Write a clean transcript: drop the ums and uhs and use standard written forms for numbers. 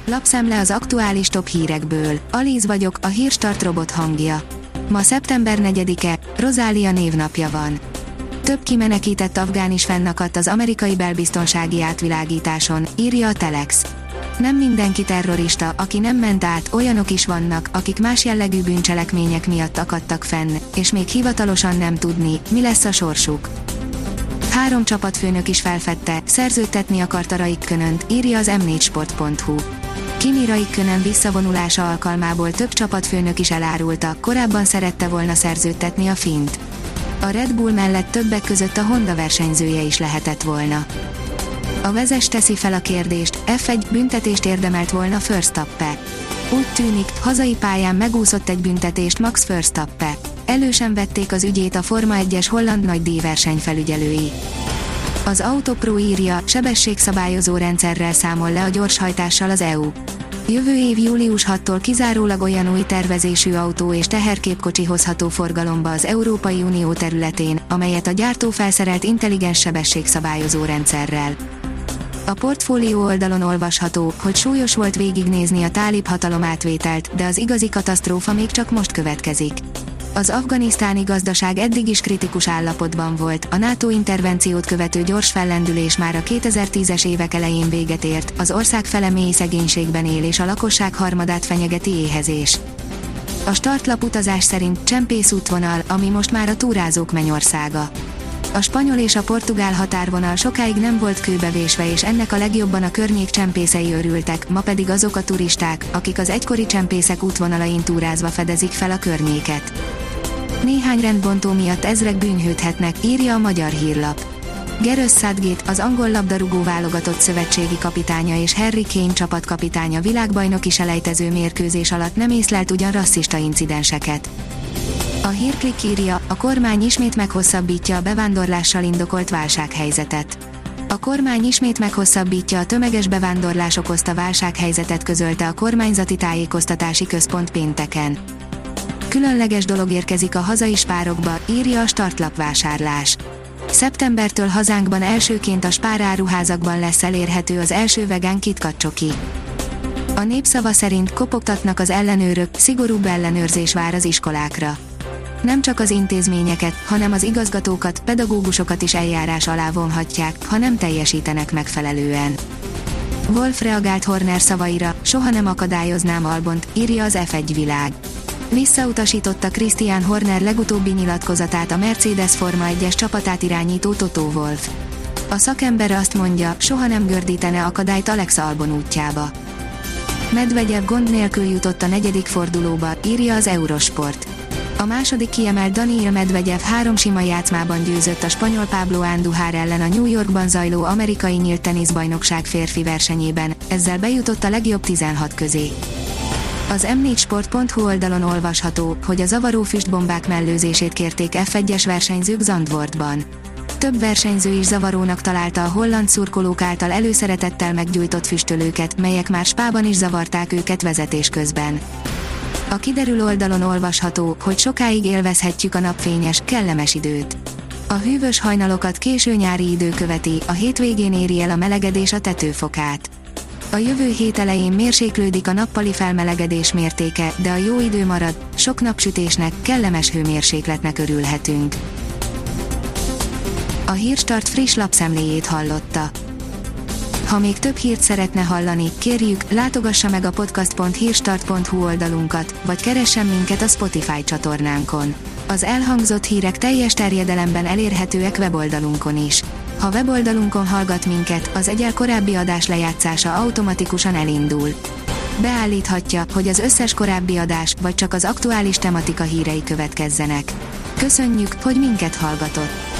Lapszemle az aktuális top hírekből. Alíz vagyok, a Hírstart robot hangja. Ma szeptember 4-e, Rozália névnapja van. Több kimenekített afgán is fennakadt az amerikai belbiztonsági átvilágításon, írja a Telex. Nem mindenki terrorista, aki nem ment át, olyanok is vannak, akik más jellegű bűncselekmények miatt akadtak fenn, és még hivatalosan nem tudni, mi lesz a sorsuk. 3 csapatfőnök is felfedte, szerződtetni akart a Raikkonent, írja az m4sport.hu. Kimi Raikkonen visszavonulása alkalmából több csapatfőnök is elárulta, korábban szerette volna szerződtetni a finnt. A Red Bull mellett többek között a Honda versenyzője is lehetett volna. A Vezes teszi fel a kérdést, F1 büntetést érdemelt volna Verstappen. Úgy tűnik, hazai pályán megúszott egy büntetést Max Verstappen. Elő sem vették az ügyét a Forma 1-es holland nagydíj versenyfelügyelői. Az Autopro írja, sebességszabályozó rendszerrel számol le a gyorshajtással az EU. Jövő év július 6-tól kizárólag olyan új tervezésű autó és tehergépkocsi hozható forgalomba az Európai Unió területén, amelyet a gyártó felszerelt intelligens sebességszabályozó rendszerrel. A portfólió oldalon olvasható, hogy súlyos volt végignézni a tálib hatalomátvételt, de az igazi katasztrófa még csak most következik. Az afganisztáni gazdaság eddig is kritikus állapotban volt, a NATO intervenciót követő gyors fellendülés már a 2010-es évek elején véget ért, az ország fele mély szegénységben él és a lakosság harmadát fenyegeti éhezés. A startlap utazás szerint csempész útvonal, ami most már a túrázók mennyországa. A spanyol és a portugál határvonal sokáig nem volt kőbevésve és ennek a legjobban a környék csempészei örültek, ma pedig azok a turisták, akik az egykori csempészek útvonalain túrázva fedezik fel a környéket. Néhány rendbontó miatt ezrek bűnhődhetnek, írja a Magyar Hírlap. Gareth Southgate, az angol labdarúgó válogatott szövetségi kapitánya és Harry Kane csapatkapitánya világbajnoki selejtező mérkőzés alatt nem észlelt ugyan rasszista incidenseket. A Hírklik írja, a kormány ismét meghosszabbítja a bevándorlással indokolt válsághelyzetet. A kormány ismét meghosszabbítja a tömeges bevándorlás okozta válsághelyzetet, közölte a kormányzati tájékoztatási központ pénteken. Különleges dolog érkezik a hazai spárokba, írja a startlapvásárlás. Szeptembertől hazánkban elsőként a Spár áruházakban lesz elérhető az első vegán KitKat csoki. A Népszava szerint kopogtatnak az ellenőrök, szigorúbb ellenőrzés vár az iskolákra. Nem csak az intézményeket, hanem az igazgatókat, pedagógusokat is eljárás alá vonhatják, ha nem teljesítenek megfelelően. Wolf reagált Horner szavaira, soha nem akadályoznám Albont, írja az F1 világ. Visszautasította Christian Horner legutóbbi nyilatkozatát a Mercedes Forma 1-es csapatát irányító Toto Wolff. A szakember azt mondja, soha nem gördítene akadályt Alex Albon útjába. Medvegyev gond nélkül jutott a 4. fordulóba, írja az Eurosport. A második kiemelt Daniil Medvegyev 3 sima játszmában győzött a spanyol Pablo Andujar ellen a New Yorkban zajló amerikai nyílt teniszbajnokság férfi versenyében, ezzel bejutott a legjobb 16 közé. Az m4sport.hu oldalon olvasható, hogy a zavaró füstbombák mellőzését kérték F1-es versenyzők Zandvoortban. Több versenyző is zavarónak találta a holland szurkolók által előszeretettel meggyújtott füstölőket, melyek már Spában is zavarták őket vezetés közben. A kiderül oldalon olvasható, hogy sokáig élvezhetjük a napfényes, kellemes időt. A hűvös hajnalokat késő nyári idő követi, a hétvégén éri el a melegedés a tetőfokát. A jövő hét elején mérséklődik a nappali felmelegedés mértéke, de a jó idő marad, sok napsütésnek, kellemes hőmérsékletnek örülhetünk. A Hírstart friss lapszemléjét hallotta. Ha még több hírt szeretne hallani, kérjük, látogassa meg a podcast.hírstart.hu oldalunkat, vagy keressen minket a Spotify csatornánkon. Az elhangzott hírek teljes terjedelemben elérhetőek weboldalunkon is. Ha weboldalunkon hallgat minket, az egyel korábbi adás lejátszása automatikusan elindul. Beállíthatja, hogy az összes korábbi adás, vagy csak az aktuális tematika hírei következzenek. Köszönjük, hogy minket hallgatott!